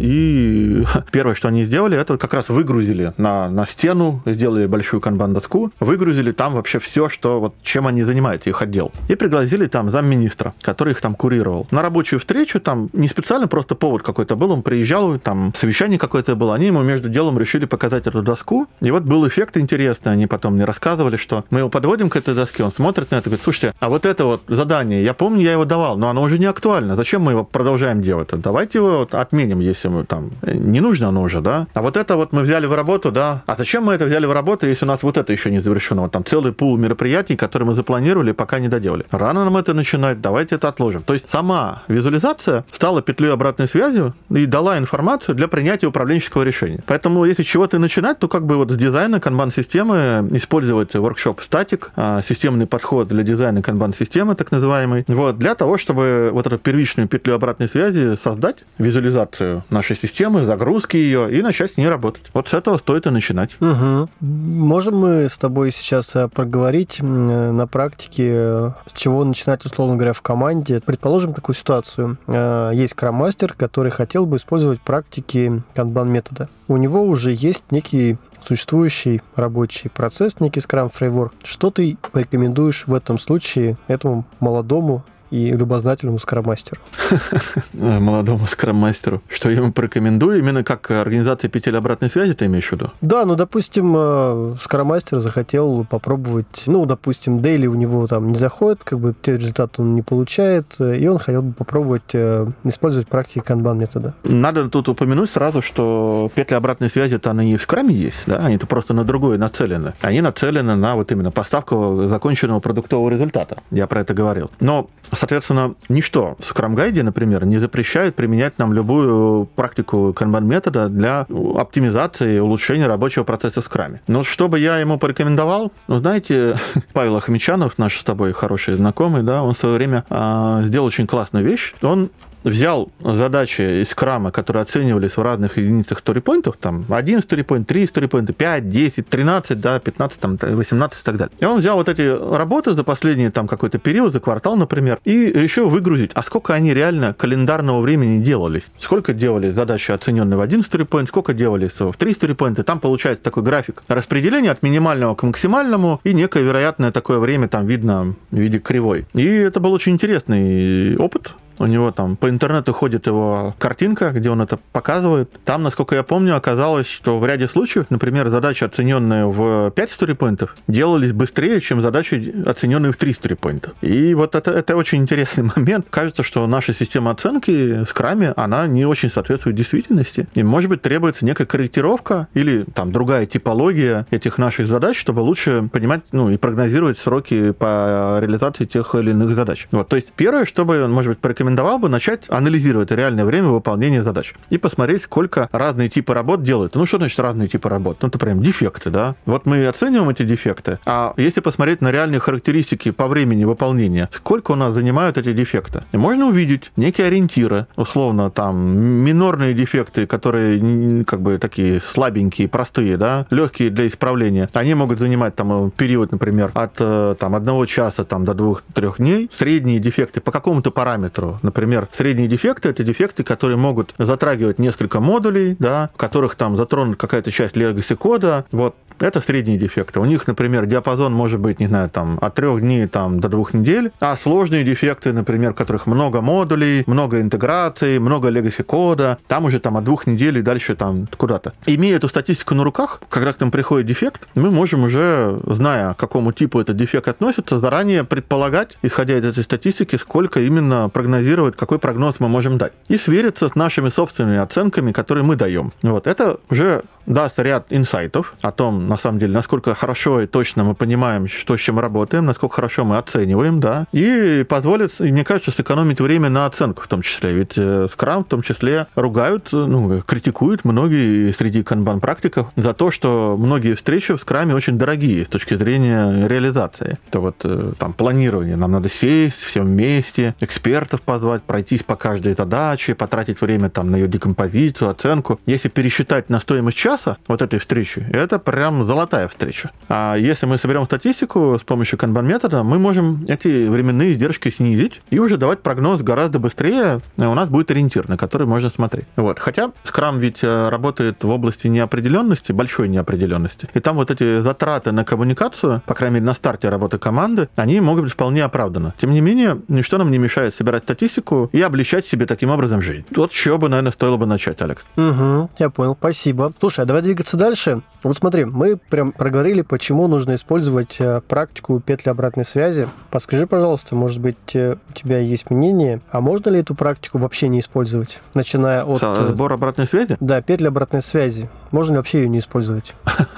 И первое, что они сделали, это как раз выгрузили на стену, сделали большую канбан-доску, выгрузили там вообще все, что вот чем они занимаются, их отдел. И пригласили там замминистра, который их там курировал. На рабочую встречу там не специально, просто повод какой-то был, он приезжал, там совещание какое-то было, они ему между делом решили показать эту доску. И вот был эффект интересный, они потом мне рассказывали, что мы его подводим к этой доске, он смотрит на это и говорит: слушайте, а вот это вот задание, я помню, я его давал, но оно уже не актуально, зачем мы его продолжаем делать? Давайте его вот отменим, если мы там не нужно оно уже, да? А вот это вот мы взяли в работу, да? А зачем мы это взяли в работу, если у нас вот это еще не завершено? Вот там целый пул мероприятий, которые мы запланировали, пока не доделали. Рано нам это начинать, давайте это отложим. То есть сама визуализация стала петлей обратной связи и дала информацию для принятия управленческого решения. Поэтому, если чего-то начинать, то как бы вот с дизайна канбан-системы использовать воркшоп статик, системный подход для дизайна канбан-системы, так называемый, вот, для того, чтобы вот эту первичную петлю обратной связи создать, визуализацию нашей системы, загрузки ее и начать с ней работать. Вот с этого стоит и начинать. Угу. Можем мы с тобой сейчас проговорить на практике, с чего начинать, условно говоря, в команде? Предположим такую ситуацию. Есть скрам-мастер, который хотел бы использовать практики канбан-метода. У него уже есть некий существующий рабочий процесс, некий скрам-фреймворк. Что ты порекомендуешь в этом случае этому молодому и любознательному скрам-мастеру? Молодому скрам-мастеру. Что я ему порекомендую? Именно как организация петель обратной связи, ты имеешь в виду? Да, ну, допустим, скрам-мастер захотел попробовать, ну, допустим, дейли у него там не заходит, как бы те результаты он не получает, и он хотел бы попробовать использовать практики канбан-метода. Надо тут упомянуть сразу, что петли обратной связи-то они и в скраме есть, да, они-то просто на другое нацелены. Они нацелены на вот именно поставку законченного продуктового результата. Я про это говорил. Но соответственно, ничто в Scrum-гайде, например, не запрещает применять нам любую практику канбан-метода для оптимизации и улучшения рабочего процесса в Scrum. Но что бы я ему порекомендовал? Ну, знаете, Павел Ахмечанов, наш с тобой хороший знакомый, да, он в свое время сделал очень классную вещь. Он взял задачи из скрама, которые оценивались в разных единицах сторипоинтов, там 1 сторипоинт, 3 сторипоинта, 5, 10, 13, да, 15, там, 18 и так далее. И он взял вот эти работы за последний там какой-то период, за квартал, например, и решил выгрузить, а сколько они реально календарного времени делались. Сколько делали задачи, оцененные в 1 сторипоинт, сколько делались в 3 сторипоинта. Там получается такой график распределения от минимального к максимальному и некое вероятное такое время там видно в виде кривой. И это был очень интересный опыт. У него там по интернету ходит его картинка, где он это показывает. Там, насколько я помню, оказалось, что в ряде случаев, например, задачи, оцененные в 5 сторипоинтов, делались быстрее, чем задачи, оцененные в 3 сторипоинта. И вот это очень интересный момент. Кажется, что наша система оценки в скраме, она не очень соответствует действительности. И, может быть, требуется некая корректировка или там другая типология этих наших задач, чтобы лучше понимать, ну, и прогнозировать сроки по реализации тех или иных задач. Вот, то есть первое, чтобы, может быть, порекомендовал бы начать анализировать реальное время выполнения задач и посмотреть, сколько разные типы работ делают. Ну, что значит разные типы работ? Ну, это прям дефекты, да? Вот мы оцениваем эти дефекты, а если посмотреть на реальные характеристики по времени выполнения, сколько у нас занимают эти дефекты? И можно увидеть некие ориентиры, условно, там, минорные дефекты, которые как бы такие слабенькие, простые, да, легкие для исправления. Они могут занимать там период, например, от там 1 часа там, до 2-3 дней. Средние дефекты по какому-то параметру. Например, средние дефекты — это дефекты, которые могут затрагивать несколько модулей, да, в которых там затронут какая-то часть legacy кода. Вот. Это средние дефекты. У них, например, диапазон может быть, не знаю, там, от 3 дней там, до 2 недель, а сложные дефекты, например, в которых много модулей, много интеграций, много legacy кода, там уже там, от 2 недель и дальше там, куда-то. Имея эту статистику на руках, когда к нам приходит дефект, мы можем уже, зная, к какому типу этот дефект относится, заранее предполагать, исходя из этой статистики, сколько именно прогнозировать, какой прогноз мы можем дать. И свериться с нашими собственными оценками, которые мы даем. Вот. Это уже даст ряд инсайтов о том, на самом деле, насколько хорошо и точно мы понимаем, что с чем мы работаем, насколько хорошо мы оцениваем, да, и позволит, мне кажется, сэкономить время на оценку в том числе. Ведь Scrum в том числе ругают, критикуют многие среди канбан-практиков за то, что многие встречи в Scrum очень дорогие с точки зрения реализации. Это вот там планирование. Нам надо сесть всем вместе, экспертов позвать, пройтись по каждой задаче, потратить время там на ее декомпозицию, оценку. Если пересчитать на стоимость часа вот этой встречи, это прям золотая встреча. А если мы соберем статистику с помощью канбан-метода, мы можем эти временные издержки снизить и уже давать прогноз гораздо быстрее. У нас будет ориентир, на который можно смотреть. Вот. Хотя Scrum ведь работает в области неопределенности, большой неопределенности. И там вот эти затраты на коммуникацию, по крайней мере, на старте работы команды, они могут быть вполне оправданы. Тем не менее, ничто нам не мешает собирать статистику и облегчать себе таким образом жизнь. Вот с чего бы, наверное, стоило бы начать, Алекс. Угу, я понял, спасибо. Слушай, а давай двигаться дальше. Вот смотри, мы прям проговорили, почему нужно использовать практику петли обратной связи. Подскажи, пожалуйста, может быть, у тебя есть мнение, а можно ли эту практику вообще не использовать, начиная от... Сбор обратной связи? Да, петли обратной связи. Можно ли вообще ее не использовать?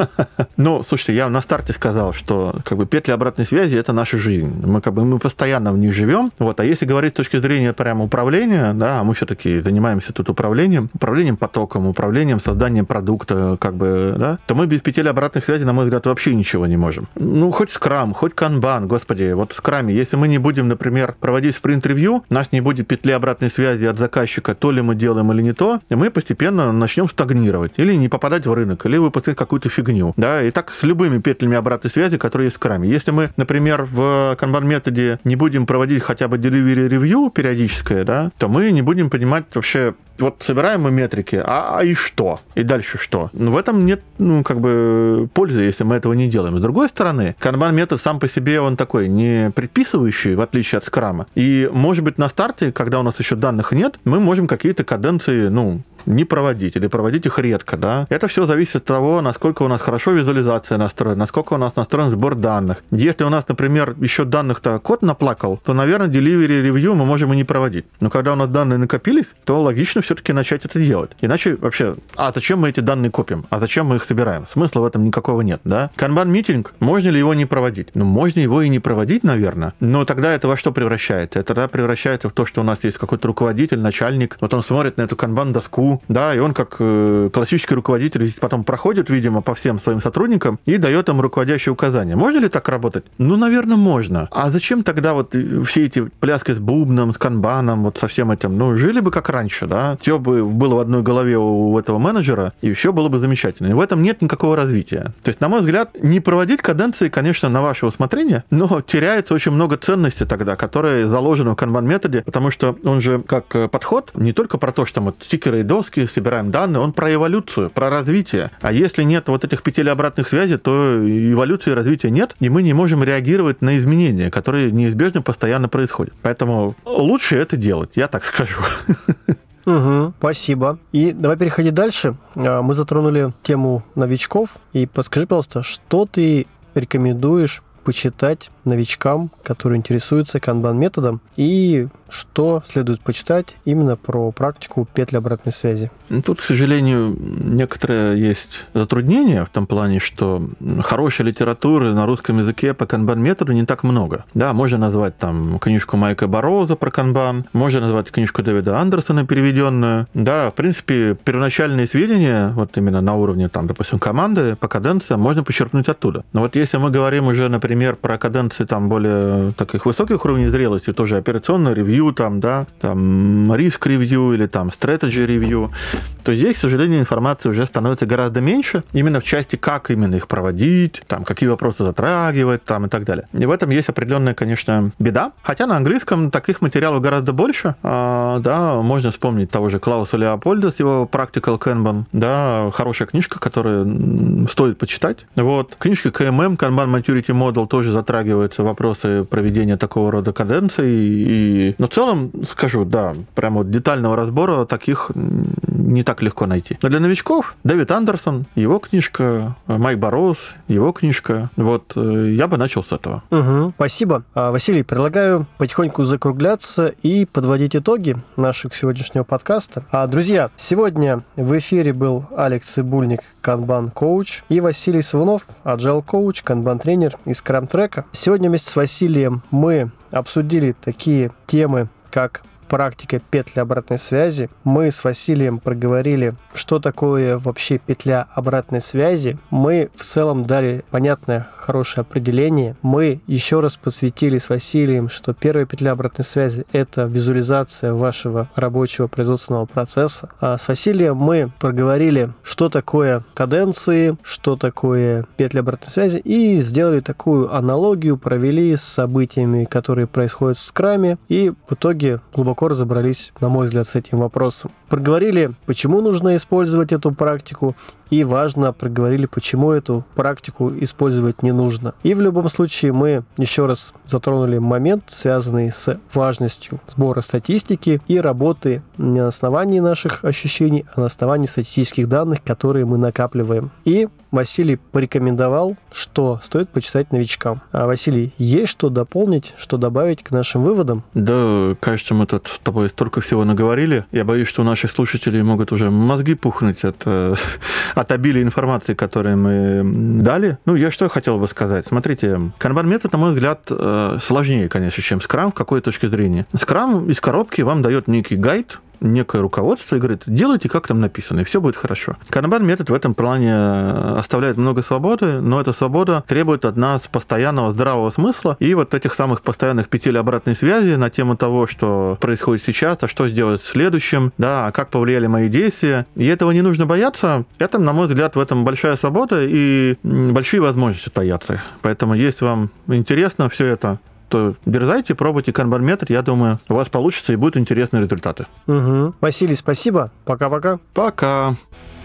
Ну, слушайте, я на старте сказал, что как бы петли обратной связи – это наша жизнь. Мы постоянно в них живем. Вот. А если говорить с точки зрения прямо управления, да, мы все-таки занимаемся тут управлением потоком, управлением созданием продукта, как бы, да, то мы без петель обратной связи, на мой взгляд, вообще ничего не можем. Ну, хоть Scrum, хоть Kanban, господи, вот в Scrum, если мы не будем, например, проводить спринт-ревью, у нас не будет петли обратной связи от заказчика, то ли мы делаем или не то, и мы постепенно начнем стагнировать, или не попадать в рынок, или выпускать какую-то фигню. Да, и так с любыми петлями обратной связи, которые есть в Scrum. Если мы, например, в Kanban-методе не будем проводить хотя бы delivery review периодическое, да, то мы не будем понимать вообще, вот собираем мы метрики, а и что? И дальше что? Ну, в этом нет, пользы, если мы этого не делаем. С другой стороны, Kanban-метод сам по себе, он такой не предписывающий, в отличие от Scrum. И, может быть, на старте, когда у нас еще данных нет, мы можем какие-то каденции, не проводить или проводить их редко, да. Это все зависит от того, насколько у нас хорошо визуализация настроена, насколько у нас настроен сбор данных. Если у нас, например, еще данных-то код наплакал, то, наверное, delivery review мы можем и не проводить. Но когда у нас данные накопились, то логично все-таки начать это делать. Иначе вообще, зачем мы эти данные копим? А зачем мы их собираем? Смысла в этом никакого нет, да. Kanban-митинг, можно ли его не проводить? Можно его и не проводить, наверное, но тогда это во что превращается? Это тогда превращается в то, что у нас есть какой-то руководитель, начальник, вот он смотрит на эту Kanban-доску, да, и он как классический руководитель потом проходит, видимо, по всем своим сотрудникам и дает им руководящие указания. Можно ли так работать? Наверное, можно. А зачем тогда вот все эти пляски с бубном, с канбаном, вот со всем этим? Жили бы как раньше, да? Все бы было в одной голове у этого менеджера, и все было бы замечательно. И в этом нет никакого развития. То есть, на мой взгляд, не проводить каденции, конечно, на ваше усмотрение, но теряется очень много ценностей тогда, которые заложены в канбан-методе, потому что он же как подход не только про то, что мы стикеры и доски собираем данные, он про эволюцию, про развитие. А если нет вот этих петель обратных связей, то эволюции и развития нет, и мы не можем реагировать на изменения, которые неизбежно постоянно происходят. Поэтому лучше это делать, я так скажу. Угу, спасибо. И давай переходить дальше. Мы затронули тему новичков. И подскажи, пожалуйста, что ты рекомендуешь почитать новичкам, которые интересуются канбан-методом, и что следует почитать именно про практику петли обратной связи? Тут, к сожалению, некоторые есть затруднения в том плане, что хорошей литературы на русском языке по канбан-методу не так много. Да, можно назвать там книжку Майка Бороза про канбан, можно назвать книжку Дэвида Андерсона переведенную. Да, в принципе, первоначальные сведения, вот именно на уровне, там, допустим, команды по каденциям, можно почерпнуть оттуда. Но вот если мы говорим уже, например, про каденции там более таких высоких уровней зрелости, тоже операционное ревью, там, да, там, риск-ревью или там strategy-ревью, то здесь, к сожалению, информации уже становится гораздо меньше, именно в части, как именно их проводить, там, какие вопросы затрагивать, там, и так далее. И в этом есть определенная, конечно, беда, хотя на английском таких материалов гораздо больше, да, можно вспомнить того же Клауса Леопольда с его Practical Kanban, да, хорошая книжка, которую стоит почитать, вот, книжка КММ, Kanban Maturity Model, Ansible тоже затрагиваются вопросы проведения такого рода каденций. Но в целом, скажу, да, прямо вот детального разбора таких не так легко найти. Но для новичков Дэвид Андерсон, его книжка, Майк Барроуз, его книжка. Вот я бы начал с этого. Угу, спасибо. Василий, предлагаю потихоньку закругляться и подводить итоги нашего сегодняшнего подкаста. Друзья, сегодня в эфире был Алекс Цыбульник, Kanban-коуч, и Василий Свунов, Agile-коуч, Kanban-тренер из Scrum-трека. Сегодня вместе с Василием мы обсудили такие темы, как практика петли обратной связи. Мы с Василием проговорили, что такое вообще петля обратной связи. Мы в целом дали понятное, хорошее определение. Мы еще раз посвятили с Василием, что первая петля обратной связи – это визуализация вашего рабочего производственного процесса. А с Василием мы проговорили, что такое каденции, что такое петля обратной связи, и сделали такую аналогию, провели с событиями, которые происходят в скраме, и в итоге глубоко разобрались, на мой взгляд, с этим вопросом. Проговорили, почему нужно использовать эту практику, и важно, проговорили, почему эту практику использовать не нужно. И в любом случае мы еще раз затронули момент, связанный с важностью сбора статистики и работы не на основании наших ощущений, а на основании статистических данных, которые мы накапливаем. И Василий порекомендовал, что стоит почитать новичкам. Василий, есть что дополнить, что добавить к нашим выводам? Да, кажется, мы тут с тобой столько всего наговорили. Я боюсь, что у наших слушателей могут уже мозги пухнуть от обилия информации, которую мы дали. Я что хотел бы сказать. Смотрите, Kanban-метод, на мой взгляд, сложнее, конечно, чем Scrum в какой точке зрения. Scrum из коробки вам дает некий гайд, некое руководство и говорит, делайте, как там написано, и все будет хорошо. Kanban-метод в этом плане оставляет много свободы, но эта свобода требует от нас постоянного здравого смысла и вот этих самых постоянных петель обратной связи на тему того, что происходит сейчас, а что сделать в следующем, да, а как повлияли мои действия. И этого не нужно бояться. Это, на мой взгляд, в этом большая свобода и большие возможности стоятся. Поэтому, если вам интересно все это, то дерзайте, пробуйте Kanban-метод. Я думаю, у вас получится и будут интересные результаты. Угу. Василий, спасибо. Пока-пока. Пока.